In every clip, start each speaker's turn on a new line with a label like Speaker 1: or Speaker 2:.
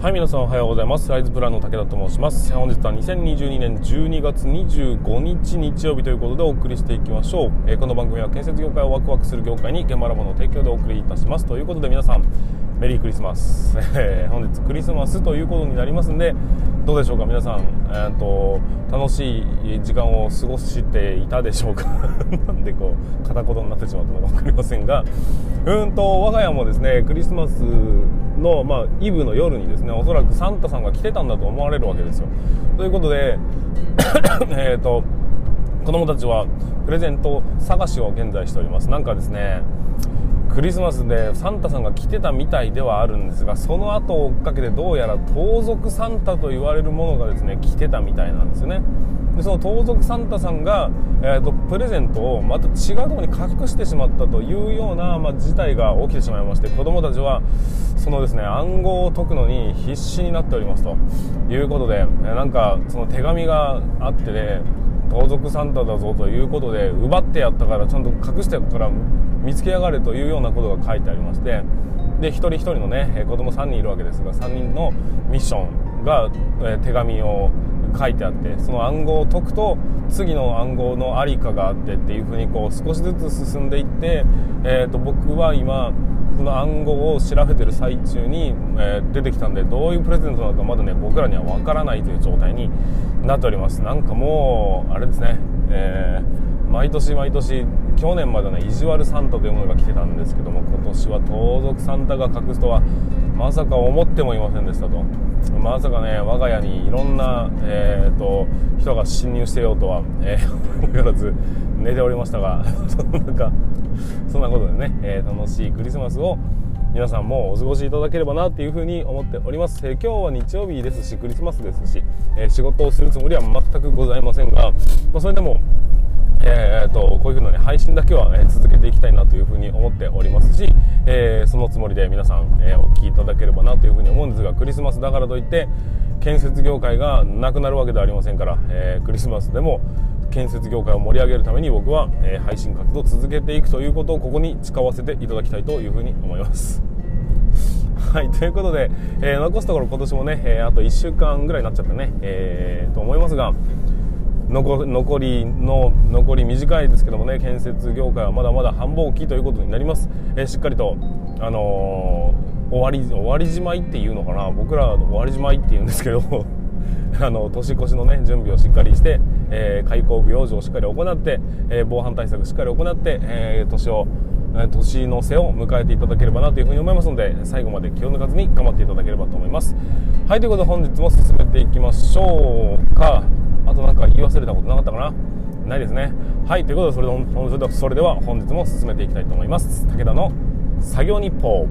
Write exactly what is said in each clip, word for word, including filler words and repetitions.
Speaker 1: はい、皆さんおはようございます。ライズプランの武田と申します。本日はにせんにじゅうにねんじゅうにがつにじゅうごにち日曜日ということでお送りしていきましょう。えー、この番組は建設業界をワクワクする業界に現場ラボの提供でお送りいたします。ということで皆さんメリークリスマス、えー、本日クリスマスということになりますんで、どうでしょうか皆さん、えー、と楽しい時間を過ごしていたでしょうかなんでこう片言になってしまったのか分かりませんが、うんと我が家もですねクリスマスの、まあ、イブの夜にですねおそらくサンタさんが来てたんだと思われるわけですよ。ということでえーと子供たちはプレゼント探しを現在しております。なんかですねクリスマスでサンタさんが来てたみたいではあるんですが、その後を追っかけてどうやら盗賊サンタと言われるものがですね来てたみたいなんですよね。でその盗賊サンタさんが、えー、とプレゼントをまた違うところに隠してしまったというような、まあ、事態が起きてしまいまして、子供たちはそのですね暗号を解くのに必死になっておりますということで、なんかその手紙があってね、盗賊サンタだぞということで奪ってやったからちゃんと隠してやったから見つけやがれというようなことが書いてありまして、で一人一人のね子供さんにんいるわけですが、さんにんのミッションが、えー、手紙を書いてあって、その暗号を解くと次の暗号のありかがあってっていう風にこう少しずつ進んでいって、えー、と僕は今その暗号を調べてる最中に、えー、出てきたんで、どういうプレゼントなのかまだね僕らには分からないという状態になっております。なんかもうあれですね、えー、毎年毎年去年までね意地悪サンタというものが来てたんですけども、今年は盗賊サンタが隠すとはまさか思ってもいませんでしたと。まさかね我が家にいろんな、えー、と人が侵入してようとは、えー、思いやらず寝ておりましたがそんなそんなことでね、えー、楽しいクリスマスを皆さんもお過ごしいただければなというふうに思っております。えー、今日は日曜日ですしクリスマスですし、えー、仕事をするつもりは全くございませんが、まあ、それでもえー、とこういうふうな、ね、配信だけは、えー、続けていきたいなというふうに思っておりますし、えー、そのつもりで皆さん、えー、お聞きいただければなというふうに思うんですが、クリスマスだからといって建設業界がなくなるわけではありませんから、えー、クリスマスでも建設業界を盛り上げるために僕は、えー、配信活動を続けていくということをここに誓わせていただきたいというふうに思いますはい、ということで、えー、残すところ今年もね、えー、あといっしゅうかんぐらいになっちゃってね、えー、と思いますが、残, 残りの残り短いですけどもね、建設業界はまだまだ繁忙期ということになります。えー、しっかりと、あのー、終わり終わりじまいっていうのかな、僕らの終わりじまいっていうんですけどあの年越しのね準備をしっかりして、えー、開口行事をしっかり行って、えー、防犯対策しっかり行って、えー、年を年の瀬を迎えていただければなというふうに思いますので、最後まで気を抜かずに頑張っていただければと思います。はい、ということで本日も進めていきましょうか。あとなんか言い忘れたことなかったかな、ないですね。はい、ということでそれでそれでは本日も進めていきたいと思います。武田の作業日報。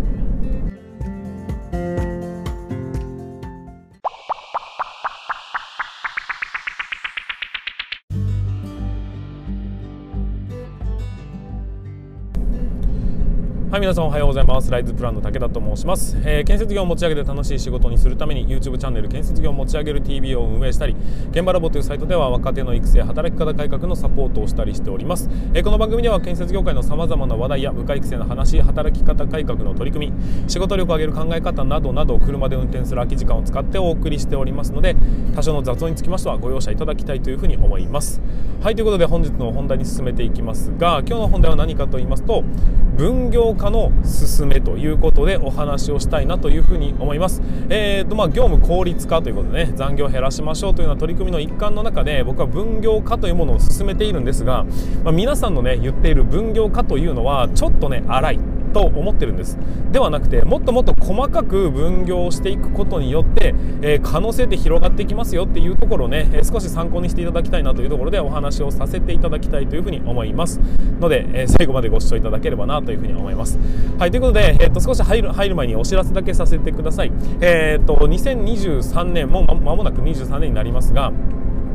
Speaker 1: はい、皆さんおはようございます。ライズプランの武田と申します。えー、建設業を持ち上げて楽しい仕事にするために YouTube チャンネル建設業を持ち上げる ティービー を運営したり、現場ラボというサイトでは若手の育成、働き方改革のサポートをしたりしております。えー、この番組では建設業界のさまざまな話題や部下育成の話、働き方改革の取り組み、仕事力を上げる考え方などなど車で運転する空き時間を使ってお送りしておりますので、多少の雑音につきましてはご容赦いただきたいというふうに思います。はい、ということで本日の本題に進めていきますが、今日の本題は何かと言いますと、分業化の進めということでお話をしたいなというふうに思います。えーとまあ、業務効率化ということでね、残業を減らしましょうというような取り組みの一環の中で僕は分業化というものを進めているんですが、まあ、皆さんのね言っている分業化というのはちょっとね荒いと思ってるんです。ではなくて、もっともっと細かく分業をしていくことによって、えー、可能性って広がっていきますよっていうところをね、えー、少し参考にしていただきたいなというところでお話をさせていただきたいというふうに思いますので、えー、最後までご視聴いただければなというふうに思います。はい、ということで、えー、と少し入る入る前にお知らせだけさせてください。えー、とにせんにじゅうさんねんもう間もなくにじゅうさんねんになりますが、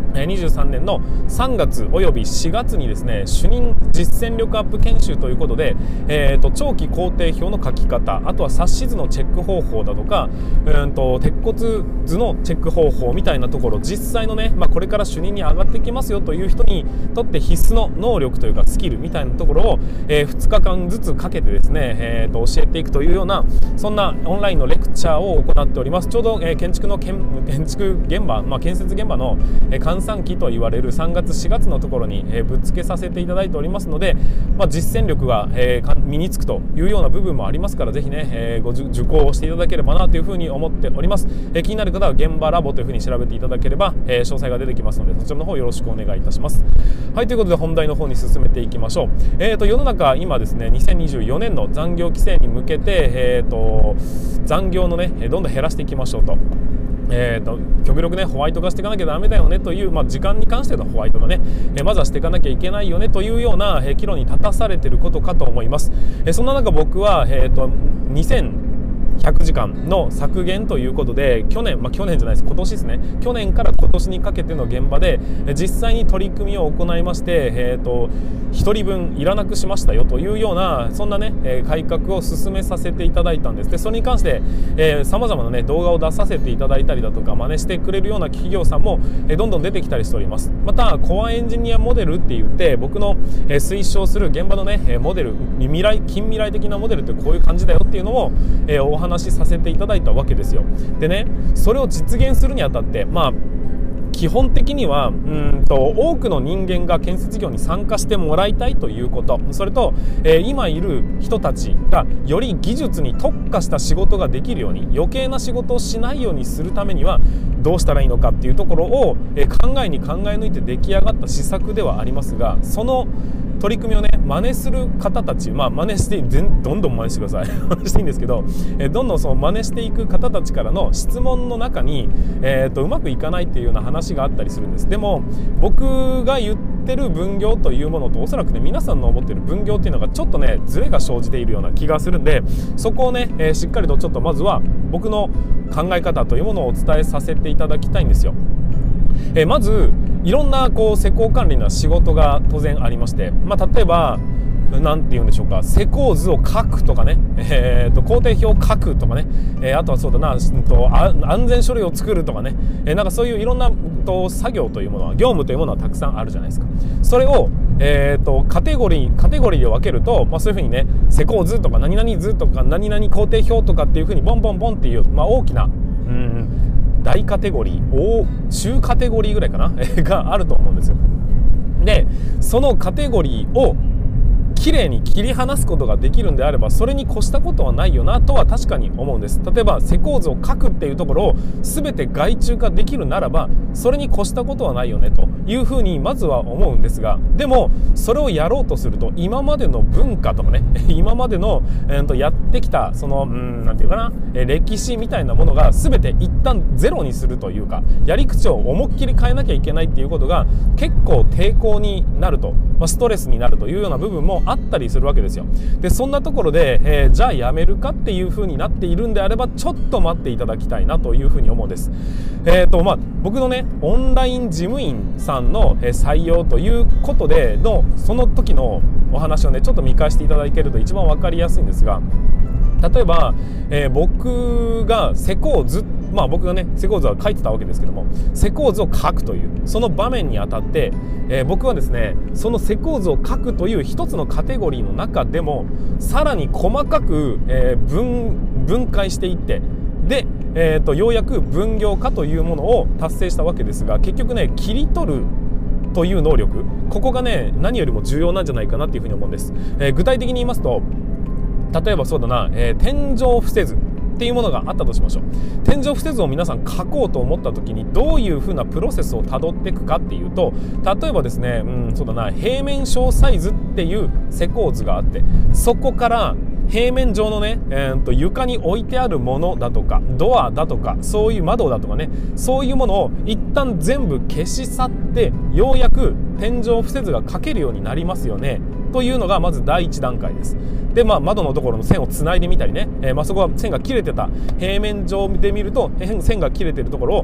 Speaker 1: にじゅうさんねんのさんがつおよびしがつにですね、主任実践力アップ研修ということで、えーと、長期工程表の書き方、あとは冊子図のチェック方法だとか、うんと鉄骨図のチェック方法みたいなところ、実際のね、まあ、これから主任に上がってきますよという人にとって必須の能力というかスキルみたいなところを、えー、ふつかかんずつかけてですね、えーと、教えていくというような、そんなオンラインのレクチャーを行っております。ちょうど、えー、建築の建築現場、まあ、建設現場の、えー、閑散期と言われるさんがつしがつのところに、えー、ぶっつけさせていただいておりますので、まあ、実践力が、えー、身につくというような部分もありますから、ぜひね、えー、ご受講をしていただければなというふうに思っております。えー、気になる方は現場ラボというふうに調べていただければ、えー、詳細が出てきますので、そちらの方よろしくお願いいたします。はい、ということで本題の方に進めていきましょう。えーと世の中今ですね、にせんにじゅうよねんの残業規制に向けて、えーと残業のねどんどん減らしていきましょうと。えー、と極力ねホワイト化していかなきゃダメだよねという、まあ、時間に関してのホワイトがね、えー、まずはしていかなきゃいけないよねというような、えー、岐路に立たされていることかと思います。えー、そんな中僕は、えー、とにせんひゃくじかんの削減ということで、去年、まあ、去年じゃないです、今年ですね、去年から今年にかけての現場で実際に取り組みを行いまして、えー、とひとりぶんいらなくしましたよというような、そんなね、えー、改革を進めさせていただいたんです。でそれに関してさまざまなね動画を出させていただいたりだとか、真似してくれるような企業さんも、えー、どんどん出てきたりしております。またコアエンジニアモデルって言って僕の、えー、推奨する現場のねモデル、未来近未来的なモデルってこういう感じだよっていうのを、えー、お話しさせていただいたわけですよ。でね、それを実現するにあたって、まあ基本的にはうんと多くの人間が建設業に参加してもらいたいということ、それと、えー、今いる人たちがより技術に特化した仕事ができるように、余計な仕事をしないようにするためにはどうしたらいいのかっていうところを、えー、考えに考え抜いて出来上がった施策ではありますが、その取り組みをね真似する方たち、まあ真似してどんどん真似してください真似していいんですけど、えー、どんどんその真似していく方たちからの質問の中に、えー、とうまくいかないっていうような話があったりするんです。でも僕が言ってる分業というものとおそらくね皆さんの思ってる分業っていうのがちょっとねズレが生じているような気がするんで、そこをね、えー、しっかりとちょっとまずは僕の考え方というものをお伝えさせていただきたいんですよ。えー、まずいろんなこう施工管理の仕事が当然ありまして、まあ、例えばなんて言うんでしょうか、施工図を書くとかね、えー、と工程表を書くとかね、えー、あとはそうだな、と安全書類を作るとかね、えー、なんかそういういろんなと作業というものは、業務というものはたくさんあるじゃないですか。それを、えー、とカテゴリーカテゴリーで分けると、まあ、そういうふうにね施工図とか何々図とか何々工程表とかっていうふうにボンボンボンっていう、まあ、大きなうん大カテゴリー、大中カテゴリーぐらいかながあると思うんですよ。でそのカテゴリーをきれいに切り離すことができるんであれば、それに越したことはないよなとは確かに思うんです。例えば施工図を書くっていうところを全て外注化できるならば、それに越したことはないよねというふうにまずは思うんですが、でもそれをやろうとすると今までの文化とかね今までの、えー、とやってきたそのうんなんていうかな、えー、歴史みたいなものが全て一旦ゼロにするというか、やり口を思いっきり変えなきゃいけないっていうことが結構抵抗になると、まあ、ストレスになるというような部分もあったりするわけですよ。でそんなところで、えー、じゃあやめるかっていう風になっているんであれば、ちょっと待っていただきたいなという風に思うんです。えーとまあ、僕のねオンライン事務員さんの採用ということでのその時のお話をねちょっと見返していただけると一番分かりやすいんですが、例えば、えー、僕が施工図、まあ僕がね施工図は書いてたわけですけども、施工図を書くというその場面にあたって、えー、僕はですねその施工図を書くという一つのカテゴリーの中でもさらに細かく、えー、分分解していって、で、えーと、ようやく分業化というものを達成したわけですが、結局ね切り取るという能力、ここがね何よりも重要なんじゃないかなっていうふうに思うんです。えー、具体的に言いますと、例えばそうだな、えー、天井伏せ図っていうものがあったとしましょう。天井伏せ図を皆さん書こうと思った時にどういうふうなプロセスをたどっていくかっていうと、例えばですね、うん、そうだな、平面小サイズっていう施工図があって、そこから平面上のね、えー、と床に置いてあるものだとかドアだとかそういう窓だとかね、そういうものを一旦全部消し去って、ようやく天井伏せ図が書けるようになりますよねというのがまず第一段階です。で、まあ、窓のところの線をつないでみたりね、えーまあ、そこは線が切れてた平面上で見ると線が切れてるところを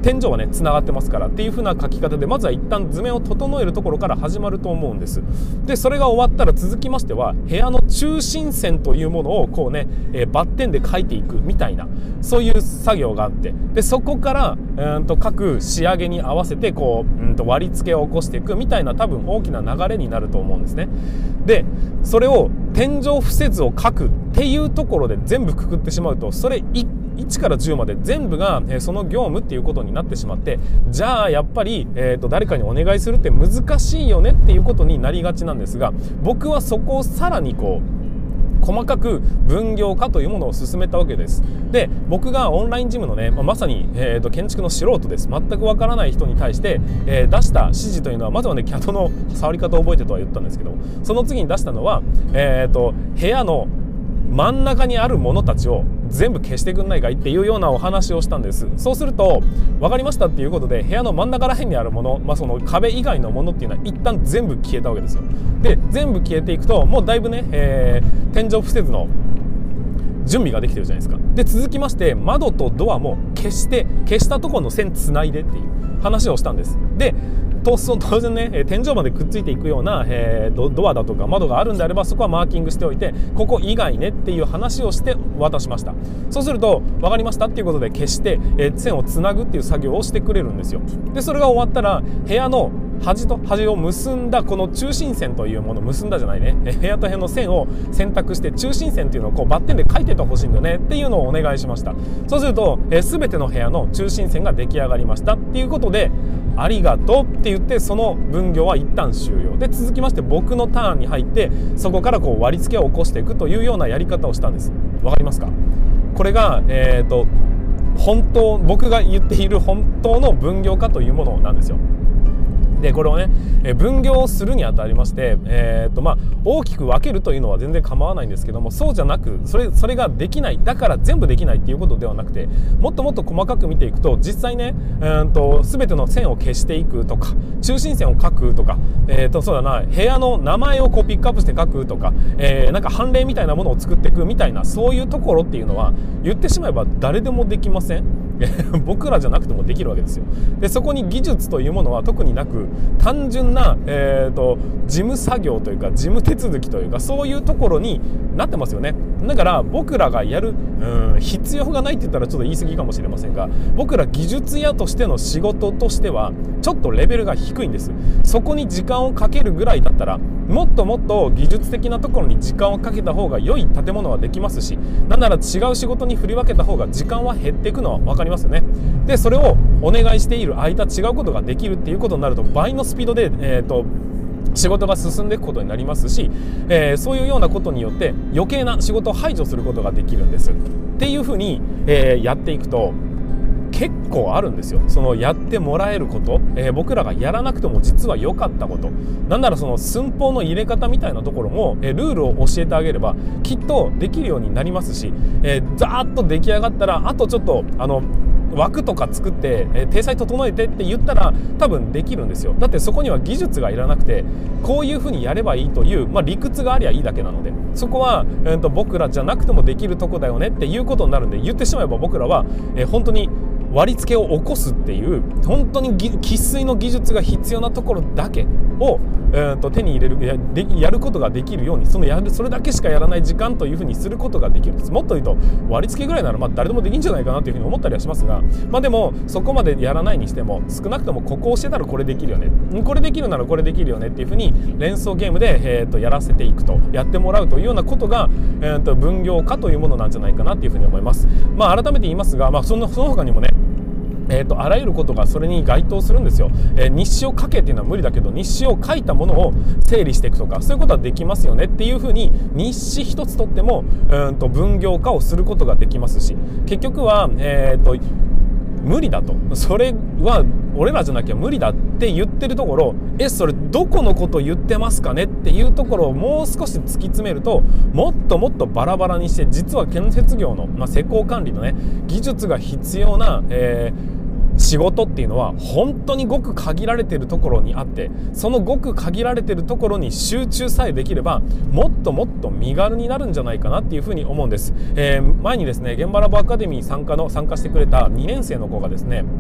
Speaker 1: 天井はねつながってますからっていう風な書き方で、まずは一旦図面を整えるところから始まると思うんです。でそれが終わったら続きましては部屋の中心線というものをこうね、えー、バッテンで書いていくみたいな、そういう作業があって、でそこからうんと各仕上げに合わせてこううんと割り付けを起こしていくみたいな、多分大きな流れになると思うんですね。でそれを天井敷設を書くっていうところで全部くくってしまうと、それいちからじゅうまで全部が、えー、その業務っていうことになってしまって、じゃあやっぱり、えーと、誰かにお願いするって難しいよねっていうことになりがちなんですが、僕はそこをさらにこう細かく分業化というものを進めたわけです。で僕がオンラインジムのね、まあ、まさに、えー、と建築の素人です。全くわからない人に対して、えー、出した指示というのは、まずはね キャド の触り方を覚えてとは言ったんですけど、その次に出したのは、えー、と部屋の真ん中にあるものたちを全部消してくんないかいっていうようなお話をしたんです。そうすると分かりましたっていうことで、部屋の真ん中ら辺にあるもの、まあ、その壁以外のものっていうのは一旦全部消えたわけですよ。で全部消えていくと、もうだいぶね、えー、天井敷設の準備ができてるじゃないですか。で続きまして窓とドアも消して、消したところの線つないでっていう話をしたんです。で当然ね天井までくっついていくような、えー、ド, ドアだとか窓があるんであれば、そこはマーキングしておいて、ここ以外ねっていう話をして渡しました。そうすると分かりましたっていうことで消して、えー、線をつなぐっていう作業をしてくれるんですよ。でそれが終わったら部屋の端と端を結んだこの中心線というもの、結んだじゃないね、部屋と部屋の線を選択して、中心線っていうのをこうバッテンで書いててほしいんだよねっていうのをお願いしました。そうすると、えー、全ての部屋の中心線が出来上がりましたっていうことで、ありがとうって言って、その分業は一旦終了で、続きまして僕のターンに入って、そこからこう割り付けを起こしていくというようなやり方をしたんです。わかりますか？これが、えーと、本当僕が言っている本当の分業化というものなんですよ。でこれをね、え分業をするにあたりまして、えーとまあ、大きく分けるというのは全然構わないんですけども、そうじゃなく、それそれができない、だから全部できないっていうことではなくて、もっともっと細かく見ていくと、実際ね、えーと全ての線を消していくとか、中心線を書くとか、えーとそうだな、部屋の名前をこうピックアップして書くとか、えー、なんか判例みたいなものを作っていくみたいな、そういうところっていうのは言ってしまえば誰でもできません？僕らじゃなくてもできるわけですよ。でそこに技術というものは特になく、単純な、えーと、事務作業というか事務手続きというか、そういうところになってますよね。だから僕らがやるうん必要がないって言ったらちょっと言い過ぎかもしれませんが、僕ら技術屋としての仕事としてはちょっとレベルが低いんです。そこに時間をかけるぐらいだったら、もっともっと技術的なところに時間をかけた方が良い建物はできますし、なんなら違う仕事に振り分けた方が時間は減っていくのは分かりますよね。でそれをお願いしている間、違うことができるっていうことになると、倍のスピードで、えーと仕事が進んでいくことになりますし、えー、そういうようなことによって余計な仕事を排除することができるんですっていうふうに、えー、やっていくと結構あるんですよ。そのやってもらえること、えー、僕らがやらなくても実は良かったこと、なんならその寸法の入れ方みたいなところも、えー、ルールを教えてあげればきっとできるようになりますし、えー、ざーっと出来上がったら、あとちょっとあの枠とか作って、えー、体裁整えてって言ったら多分できるんですよ。だってそこには技術がいらなくて、こういうふうにやればいいという、まあ、理屈がありゃいいだけなので、そこは、えー、と僕らじゃなくてもできるとこだよねっていうことになるんで、言ってしまえば僕らは、えー、本当に割り付けを起こすっていう本当に生粋の技術が必要なところだけを、えー、と手に入れる や, でやることができるように、そのやるそれだけしかやらない時間というふうにすることができるんです。もっと言うと割り付けぐらいならまあ誰でもできるんじゃないかなというふうに思ったりはしますが、まあでもそこまでやらないにしても、少なくともここを教えたらこれできるよね、これできるならこれできるよねっていうふうに連想ゲームで、えー、とやらせていくと、やってもらうというようなことが、えー、と分業化というものなんじゃないかなというふうに思います。まあ改めて言いますが、まあ、そのその他にもね、えー、とあらゆることがそれに該当するんですよ。えー、日誌を書けっていうのは無理だけど、日誌を書いたものを整理していくとか、そういうことはできますよねっていうふうに、日誌一つとってもうんと分業化をすることができますし、結局は、えー、と無理だと、それは俺らじゃなきゃ無理だって言ってるところ、えそれどこのこと言ってますかねっていうところをもう少し突き詰めると、もっともっとバラバラにして、実は建設業の、まあ、施工管理のね技術が必要な、えー仕事っていうのは本当にごく限られているところにあって、そのごく限られているところに集中さえできれば、もっともっと身軽になるんじゃないかなっていうふうに思うんです。えー、前にですね、現場ラボアカデミー参加の参加してくれたにねん生の子がですね、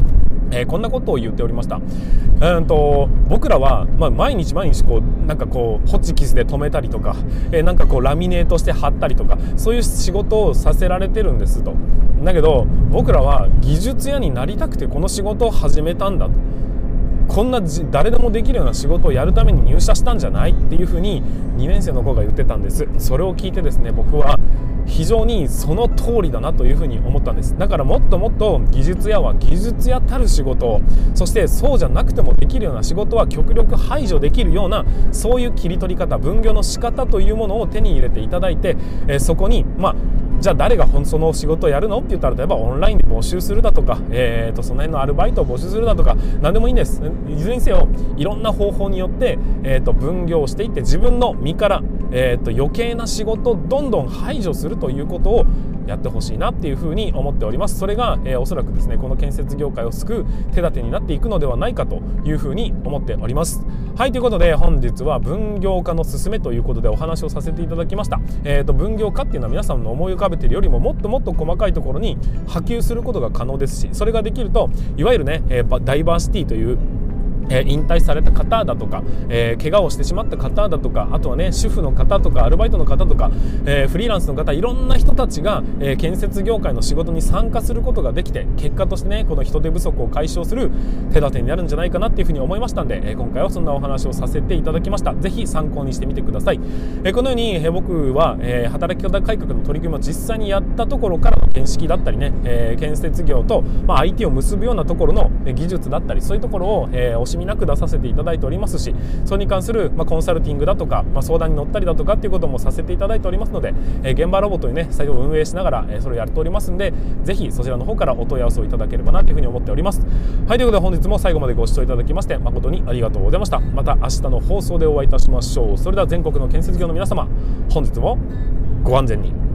Speaker 1: えー、こんなことを言っておりました。うんと僕らは、まあ、毎日毎日こうなんかこうホチキスで留めたりとか、えー、なんかこうラミネートして貼ったりとか、そういう仕事をさせられてるんですと。だけど僕らは技術屋になりたくてこの仕事を始めたんだと。こんな誰でもできるような仕事をやるために入社したんじゃないっていうふうににねん生の子が言ってたんです。それを聞いてですね、僕は非常にその通りだなというふうに思ったんです。だからもっともっと技術屋は技術屋たる仕事を、そしてそうじゃなくてもできるような仕事は極力排除できるような、そういう切り取り方、分業の仕方というものを手に入れていただいて、えー、そこにまあじゃあ誰がその仕事をやるのって言ったら、例えばオンラインで募集するだとか、えー、とその辺のアルバイトを募集するだとか何でもいいんです。いずれにせよいろんな方法によって、えー、と分業していって、自分の身から、えー、と余計な仕事をどんどん排除するということをやってほしいなっていうふうに思っております。それが、えー、おそらくですね、この建設業界を救う手立てになっていくのではないかというふうに思っております。はい、ということで本日は分業化の勧めということでお話をさせていただきました。えー、と分業化っていうのは皆さんの思い浮かべているよりももっともっと細かいところに波及することが可能ですし、それができるといわゆるね、えー、ダイバーシティというえー、引退された方だとか、えー、怪我をしてしまった方だとか、あとはね主婦の方とかアルバイトの方とか、えー、フリーランスの方、いろんな人たちが、えー、建設業界の仕事に参加することができて、結果としてねこの人手不足を解消する手立てになるんじゃないかなっていうふうに思いましたんで、えー、今回はそんなお話をさせていただきました。ぜひ参考にしてみてください。えー、このように、えー、僕は、えー、働き方改革の取り組みを実際にやったところからの見識だったりね、えー、建設業と、まあ、アイティー を結ぶようなところの技術だったり、そういうところを、えー、惜しみなく出させていただいておりますし、それに関する、まあ、コンサルティングだとか、まあ、相談に乗ったりだとかっていうこともさせていただいておりますので、えー、現場ロボというねサイトを運営しながら、えー、それをやっておりますんで、ぜひそちらの方からお問い合わせをいただければなというふうに思っております。はい、ということで本日も最後までご視聴いただきまして誠にありがとうございました。また明日の放送でお会いいたしましょう。それでは全国の建設業の皆様、本日もご安全に。